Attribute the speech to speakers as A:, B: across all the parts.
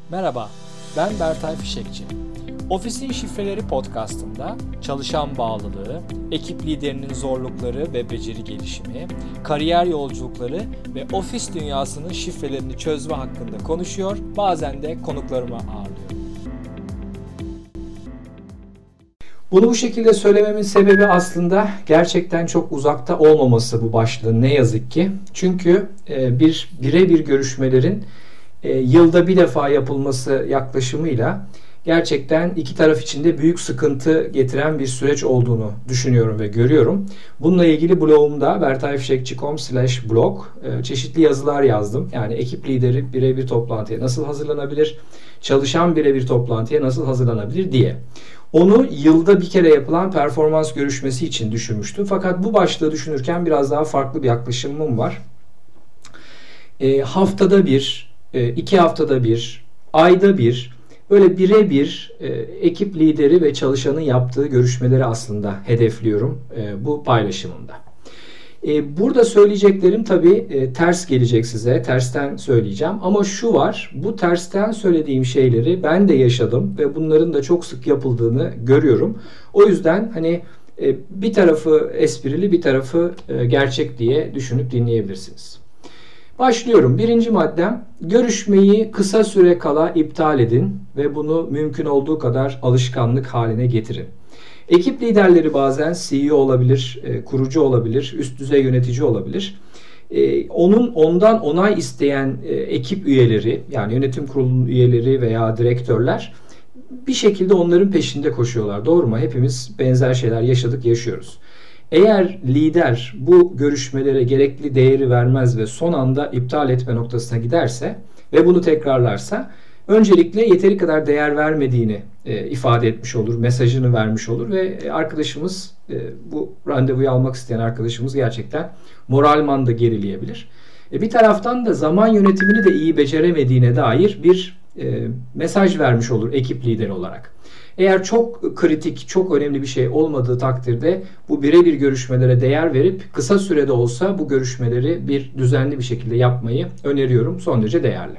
A: Merhaba, ben Bertay Fişekçi. Ofisin Şifreleri podcastında çalışan bağlılığı, ekip liderinin zorlukları ve beceri gelişimi, kariyer yolculukları ve ofis dünyasının şifrelerini çözme hakkında konuşuyor, bazen de konuklarımı ağırlıyorum. Bunu bu şekilde söylememin sebebi aslında gerçekten çok uzakta olmaması bu başlığın ne yazık ki. Çünkü birebir görüşmelerin yılda bir defa yapılması yaklaşımıyla gerçekten iki taraf için de büyük sıkıntı getiren bir süreç olduğunu düşünüyorum ve görüyorum. Bununla ilgili blogumda bertayfişekçi.com/blog çeşitli yazılar yazdım. Yani ekip lideri birebir toplantıya nasıl hazırlanabilir, çalışan birebir toplantıya nasıl hazırlanabilir diye. Onu yılda bir kere yapılan performans görüşmesi için düşünmüştüm. Fakat bu başlığı düşünürken biraz daha farklı bir yaklaşımım var. Haftada bir, 2 haftada bir, ayda bir böyle birebir ekip lideri ve çalışanın yaptığı görüşmeleri aslında hedefliyorum bu paylaşımımda. Burada söyleyeceklerim tabii ters gelecek size. Tersten söyleyeceğim. Ama şu var. Bu tersten söylediğim şeyleri ben de yaşadım ve bunların da çok sık yapıldığını görüyorum. O yüzden bir tarafı esprili, bir tarafı gerçek diye düşünüp dinleyebilirsiniz. Başlıyorum. Birinci maddem, görüşmeyi kısa süre kala iptal edin ve bunu mümkün olduğu kadar alışkanlık haline getirin. Ekip liderleri bazen CEO olabilir, kurucu olabilir, üst düzey yönetici olabilir. Ondan onay isteyen ekip üyeleri, yani yönetim kurulunun üyeleri veya direktörler bir şekilde onların peşinde koşuyorlar. Doğru mu? Hepimiz benzer şeyler yaşadık, yaşıyoruz. Eğer lider bu görüşmelere gerekli değeri vermez ve son anda iptal etme noktasına giderse ve bunu tekrarlarsa öncelikle yeteri kadar değer vermediğini ifade etmiş olur, mesajını vermiş olur ve arkadaşımız, bu randevuyu almak isteyen arkadaşımız gerçekten moralman da gerileyebilir. Bir taraftan da zaman yönetimini de iyi beceremediğine dair bir mesaj vermiş olur ekip lideri olarak. Eğer çok kritik, çok önemli bir şey olmadığı takdirde bu birebir görüşmelere değer verip kısa sürede olsa bu görüşmeleri bir düzenli bir şekilde yapmayı öneriyorum. Son derece değerli.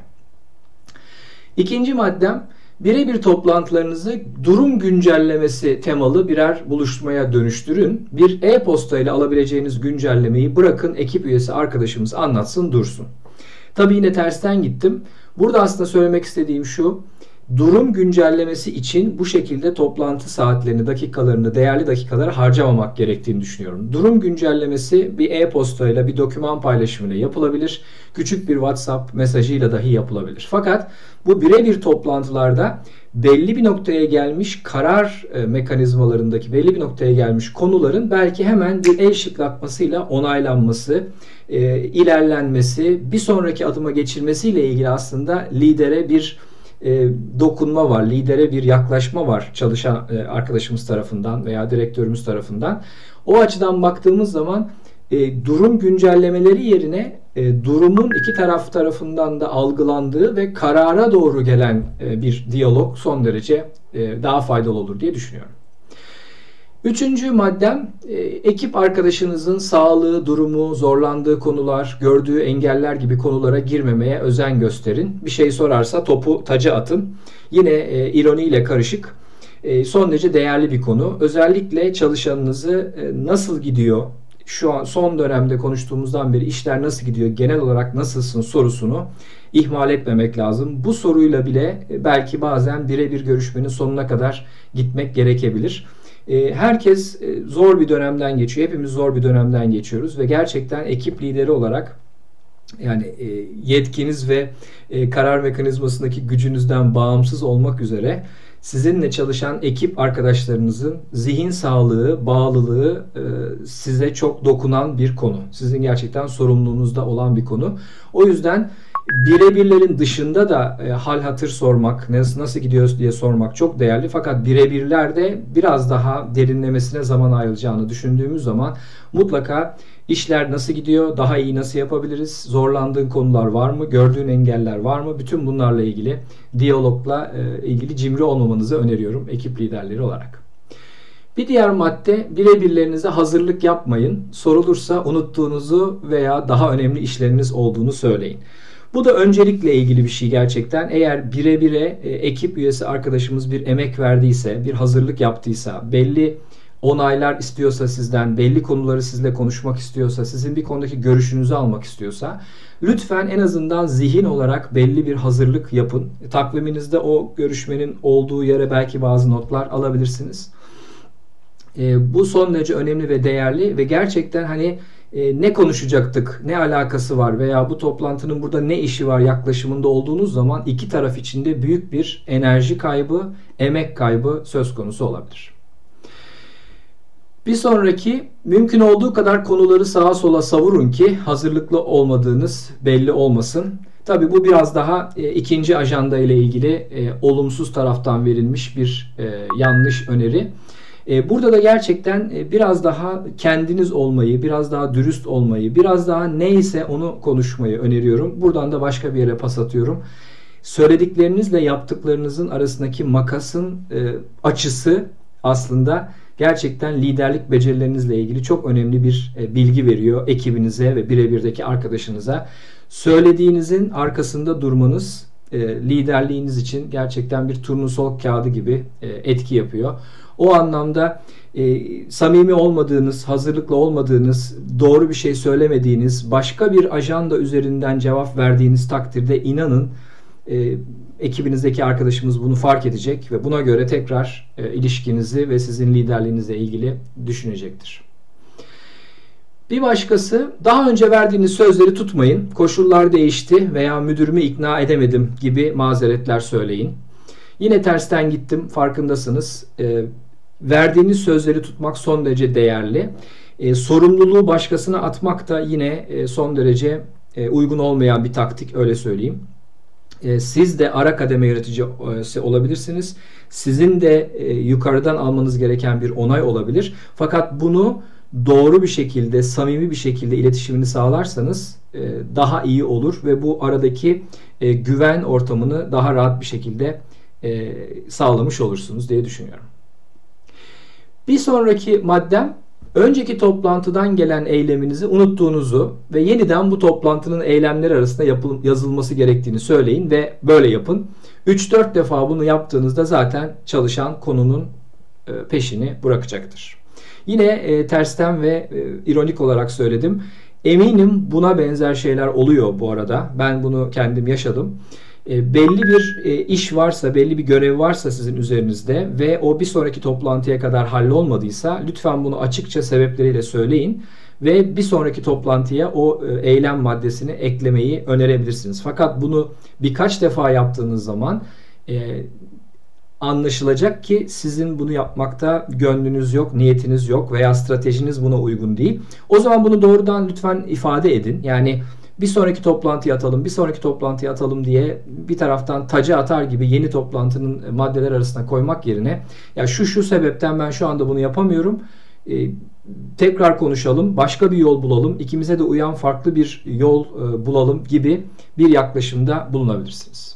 A: İkinci maddem, birebir toplantılarınızı durum güncellemesi temalı birer buluşmaya dönüştürün. Bir e-posta ile alabileceğiniz güncellemeyi bırakın ekip üyesi arkadaşımız anlatsın dursun. Tabii yine tersten gittim. Burada aslında söylemek istediğim şu: durum güncellemesi için bu şekilde toplantı saatlerini, dakikalarını, değerli dakikaları harcamamak gerektiğini düşünüyorum. Durum güncellemesi bir e-postayla, bir doküman paylaşımıyla yapılabilir. Küçük bir WhatsApp mesajıyla dahi yapılabilir. Fakat bu birebir toplantılarda belli bir noktaya gelmiş karar mekanizmalarındaki belli bir noktaya gelmiş konuların belki hemen bir el şıklatmasıyla onaylanması, ilerlenmesi, bir sonraki adıma geçilmesiyle ilgili aslında lidere bir dokunma var, lidere bir yaklaşma var çalışan arkadaşımız tarafından veya direktörümüz tarafından. O açıdan baktığımız zaman durum güncellemeleri yerine durumun iki taraf tarafından da algılandığı ve karara doğru gelen bir diyalog son derece daha faydalı olur diye düşünüyorum. Üçüncü maddem, ekip arkadaşınızın sağlığı, durumu, zorlandığı konular, gördüğü engeller gibi konulara girmemeye özen gösterin. Bir şey sorarsa topu taca atın. Yine ironiyle karışık, son derece değerli bir konu. Özellikle çalışanınızı nasıl gidiyor, şu an son dönemde konuştuğumuzdan beri işler nasıl gidiyor, genel olarak nasılsın sorusunu ihmal etmemek lazım. Bu soruyla bile belki bazen birebir görüşmenin sonuna kadar gitmek gerekebilir. Herkes zor bir dönemden geçiyor. Hepimiz zor bir dönemden geçiyoruz ve gerçekten ekip lideri olarak yetkiniz ve karar mekanizmasındaki gücünüzden bağımsız olmak üzere sizinle çalışan ekip arkadaşlarınızın zihin sağlığı, bağlılığı size çok dokunan bir konu. Sizin gerçekten sorumluluğunuzda olan bir konu. O yüzden birebirlerin dışında da hal hatır sormak, nasıl gidiyoruz diye sormak çok değerli. Fakat birebirlerde biraz daha derinlemesine zaman ayrılacağını düşündüğümüz zaman mutlaka işler nasıl gidiyor, daha iyi nasıl yapabiliriz, zorlandığın konular var mı, gördüğün engeller var mı? Bütün bunlarla ilgili diyalogla ilgili cimri olmamanızı öneriyorum ekip liderleri olarak. Bir diğer madde, birebirlerinize hazırlık yapmayın. Sorulursa unuttuğunuzu veya daha önemli işleriniz olduğunu söyleyin. Bu da öncelikle ilgili bir şey gerçekten. Eğer bire ekip üyesi arkadaşımız bir emek verdiyse, bir hazırlık yaptıysa, belli onaylar istiyorsa sizden, belli konuları sizle konuşmak istiyorsa, sizin bir konudaki görüşünüzü almak istiyorsa, lütfen en azından zihin olarak belli bir hazırlık yapın. Takviminizde o görüşmenin olduğu yere belki bazı notlar alabilirsiniz. Bu son derece önemli ve değerli ve gerçekten hani ne konuşacaktık, ne alakası var veya bu toplantının burada ne işi var yaklaşımında olduğunuz zaman iki taraf içinde büyük bir enerji kaybı, emek kaybı söz konusu olabilir. Bir sonraki, mümkün olduğu kadar konuları sağa sola savurun ki hazırlıklı olmadığınız belli olmasın. Tabii bu biraz daha ikinci ajanda ile ilgili olumsuz taraftan verilmiş bir yanlış öneri. Burada da gerçekten biraz daha kendiniz olmayı, biraz daha dürüst olmayı, biraz daha neyse onu konuşmayı öneriyorum. Buradan da başka bir yere pas atıyorum. Söylediklerinizle yaptıklarınızın arasındaki makasın açısı aslında gerçekten liderlik becerilerinizle ilgili çok önemli bir bilgi veriyor ekibinize ve birebirdeki arkadaşınıza. Söylediğinizin arkasında durmanız liderliğiniz için gerçekten bir turnusol kağıdı gibi etki yapıyor. O anlamda samimi olmadığınız, hazırlıklı olmadığınız, doğru bir şey söylemediğiniz, başka bir ajanda üzerinden cevap verdiğiniz takdirde inanın ekibinizdeki arkadaşımız bunu fark edecek ve buna göre tekrar ilişkinizi ve sizin liderliğinizle ilgili düşünecektir. Bir başkası, daha önce verdiğiniz sözleri tutmayın, koşullar değişti veya müdürümü ikna edemedim gibi mazeretler söyleyin. Yine tersten gittim, farkındasınız. Verdiğiniz sözleri tutmak son derece değerli. Sorumluluğu başkasına atmak da yine son derece uygun olmayan bir taktik, öyle söyleyeyim. Siz de ara kademe yöneticisi olabilirsiniz. Sizin de yukarıdan almanız gereken bir onay olabilir. Fakat bunu doğru bir şekilde, samimi bir şekilde iletişimini sağlarsanız daha iyi olur ve bu aradaki güven ortamını daha rahat bir şekilde sağlamış olursunuz diye düşünüyorum. Bir sonraki maddem, önceki toplantıdan gelen eyleminizi unuttuğunuzu ve yeniden bu toplantının eylemleri arasında yazılması gerektiğini söyleyin ve böyle yapın. 3-4 defa bunu yaptığınızda zaten çalışan konunun peşini bırakacaktır. Yine tersten ve ironik olarak söyledim. Eminim buna benzer şeyler oluyor bu arada. Ben bunu kendim yaşadım. Belli bir iş varsa, belli bir görev varsa sizin üzerinizde ve o bir sonraki toplantıya kadar hallolmadıysa lütfen bunu açıkça sebepleriyle söyleyin ve bir sonraki toplantıya o eylem maddesini eklemeyi önerebilirsiniz. Fakat bunu birkaç defa yaptığınız zaman anlaşılacak ki sizin bunu yapmakta gönlünüz yok, niyetiniz yok veya stratejiniz buna uygun değil. O zaman bunu doğrudan lütfen ifade edin. Yani bir sonraki toplantıya atalım, bir sonraki toplantıya atalım diye bir taraftan tacı atar gibi yeni toplantının maddeler arasına koymak yerine ya şu sebepten ben şu anda bunu yapamıyorum. Tekrar konuşalım, başka bir yol bulalım, ikimize de uyan farklı bir yol bulalım gibi bir yaklaşımda bulunabilirsiniz.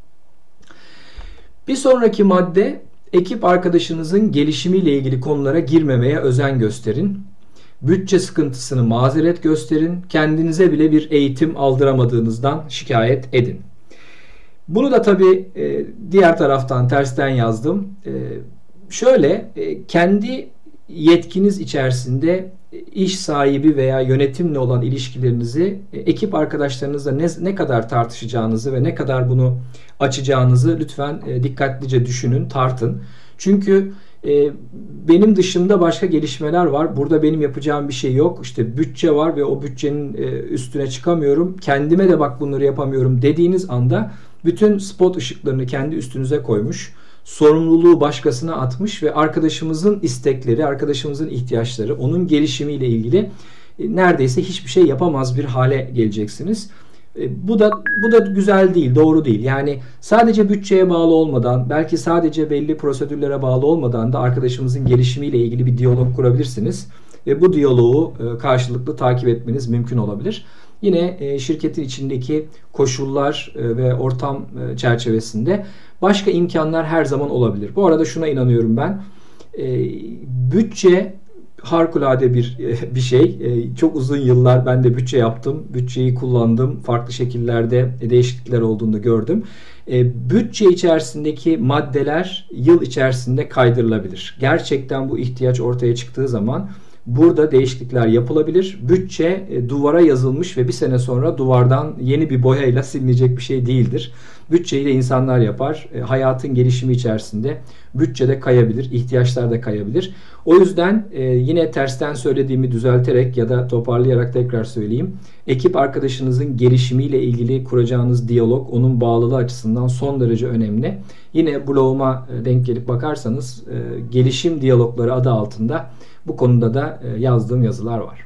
A: Bir sonraki madde, ekip arkadaşınızın gelişimiyle ilgili konulara girmemeye özen gösterin. Bütçe sıkıntısını mazeret gösterin. Kendinize bile bir eğitim aldıramadığınızdan şikayet edin. Bunu da tabii diğer taraftan tersten yazdım. Kendi yetkiniz içerisinde iş sahibi veya yönetimle olan ilişkilerinizi ekip arkadaşlarınızla ne kadar tartışacağınızı ve ne kadar bunu açacağınızı lütfen dikkatlice düşünün, tartın. Çünkü benim dışımda başka gelişmeler var. Burada benim yapacağım bir şey yok. İşte bütçe var ve o bütçenin üstüne çıkamıyorum. Kendime de bak bunları yapamıyorum dediğiniz anda bütün spot ışıklarını kendi üstünüze koymuş, sorumluluğu başkasına atmış ve arkadaşımızın istekleri, arkadaşımızın ihtiyaçları, onun gelişimiyle ilgili neredeyse hiçbir şey yapamaz bir hale geleceksiniz. Bu da güzel değil, doğru değil. Yani sadece bütçeye bağlı olmadan, belki sadece belli prosedürlere bağlı olmadan da arkadaşımızın gelişimiyle ilgili bir diyalog kurabilirsiniz. Ve bu diyaloğu karşılıklı takip etmeniz mümkün olabilir. Yine şirketin içindeki koşullar ve ortam çerçevesinde başka imkanlar her zaman olabilir. Bu arada şuna inanıyorum ben. Bütçe harikulade bir şey. Çok uzun yıllar ben de bütçe yaptım. Bütçeyi kullandım. Farklı şekillerde değişiklikler olduğunu gördüm. Bütçe içerisindeki maddeler yıl içerisinde kaydırılabilir. Gerçekten bu ihtiyaç ortaya çıktığı zaman burada değişiklikler yapılabilir. Bütçe duvara yazılmış ve bir sene sonra duvardan yeni bir boyayla silinecek bir şey değildir. Bütçeyi de insanlar yapar. Hayatın gelişimi içerisinde bütçe de kayabilir, ihtiyaçlar da kayabilir. O yüzden yine tersten söylediğimi düzelterek ya da toparlayarak tekrar söyleyeyim. Ekip arkadaşınızın gelişimiyle ilgili kuracağınız diyalog onun bağlılığı açısından son derece önemli. Yine bloguma denk gelip bakarsanız gelişim diyalogları adı altında bu konuda da yazdığım yazılar var.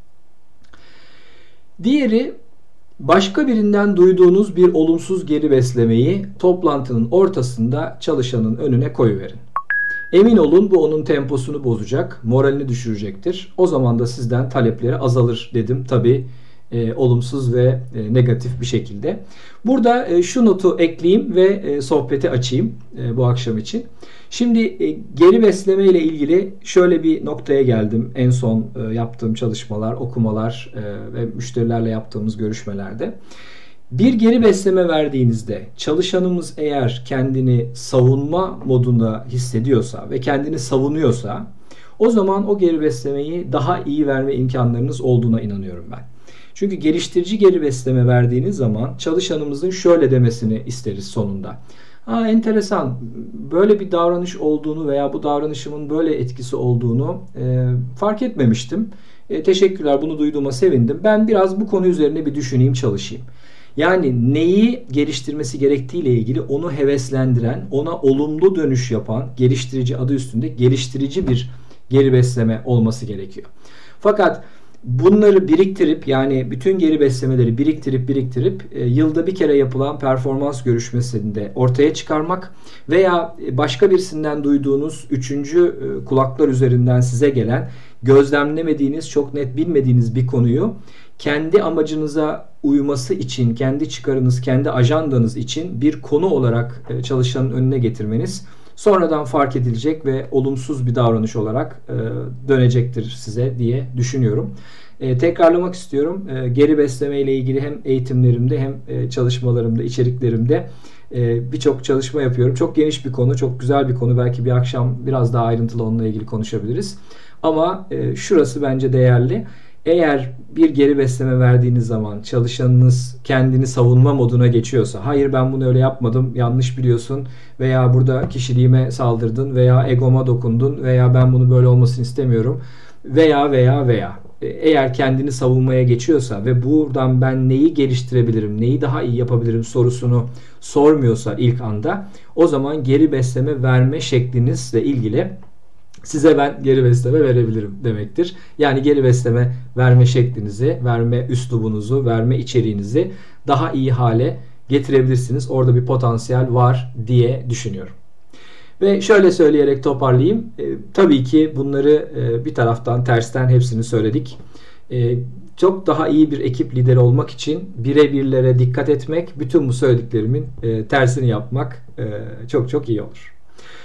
A: Diğeri, başka birinden duyduğunuz bir olumsuz geri beslemeyi toplantının ortasında çalışanın önüne koyuverin. Emin olun bu onun temposunu bozacak, moralini düşürecektir. O zaman da sizden talepleri azalır dedim. Tabii olumsuz ve negatif bir şekilde. Burada şu notu ekleyeyim ve sohbeti açayım bu akşam için. Şimdi geri besleme ile ilgili şöyle bir noktaya geldim en son yaptığım çalışmalar, okumalar ve müşterilerle yaptığımız görüşmelerde. Bir geri besleme verdiğinizde çalışanımız eğer kendini savunma modunda hissediyorsa ve kendini savunuyorsa o zaman o geri beslemeyi daha iyi verme imkanlarınız olduğuna inanıyorum ben. Çünkü geliştirici geri besleme verdiğiniz zaman çalışanımızın şöyle demesini isteriz sonunda. Enteresan, böyle bir davranış olduğunu veya bu davranışımın böyle etkisi olduğunu fark etmemiştim. Teşekkürler, bunu duyduğuma sevindim. Ben biraz bu konu üzerine bir düşüneyim, çalışayım. Yani neyi geliştirmesi gerektiğiyle ilgili onu heveslendiren, ona olumlu dönüş yapan, geliştirici adı üstünde geliştirici bir geri besleme olması gerekiyor. Fakat bunları biriktirip yani bütün geri beslemeleri biriktirip yılda bir kere yapılan performans görüşmesinde ortaya çıkarmak veya başka birisinden duyduğunuz üçüncü kulaklar üzerinden size gelen gözlemlemediğiniz, çok net bilmediğiniz bir konuyu kendi amacınıza uyması için, kendi çıkarınız, kendi ajandanız için bir konu olarak çalışanın önüne getirmeniz sonradan fark edilecek ve olumsuz bir davranış olarak dönecektir size diye düşünüyorum. Tekrarlamak istiyorum. Geri besleme ile ilgili hem eğitimlerimde hem çalışmalarımda, içeriklerimde birçok çalışma yapıyorum. Çok geniş bir konu, çok güzel bir konu. Belki bir akşam biraz daha ayrıntılı onunla ilgili konuşabiliriz. Ama şurası bence değerli. Eğer bir geri besleme verdiğiniz zaman çalışanınız kendini savunma moduna geçiyorsa, hayır ben bunu öyle yapmadım, yanlış biliyorsun veya burada kişiliğime saldırdın veya egoma dokundun veya ben bunu böyle olmasını istemiyorum veya eğer kendini savunmaya geçiyorsa ve buradan ben neyi geliştirebilirim, neyi daha iyi yapabilirim sorusunu sormuyorsa ilk anda, o zaman geri besleme verme şeklinizle ilgili size ben geri besleme verebilirim demektir. Yani geri besleme verme şeklinizi, verme üslubunuzu, verme içeriğinizi daha iyi hale getirebilirsiniz. Orada bir potansiyel var diye düşünüyorum. Ve şöyle söyleyerek toparlayayım. Tabii ki bunları bir taraftan tersten hepsini söyledik. Çok daha iyi bir ekip lideri olmak için birebirlere dikkat etmek, bütün bu söylediklerimin tersini yapmak çok çok iyi olur.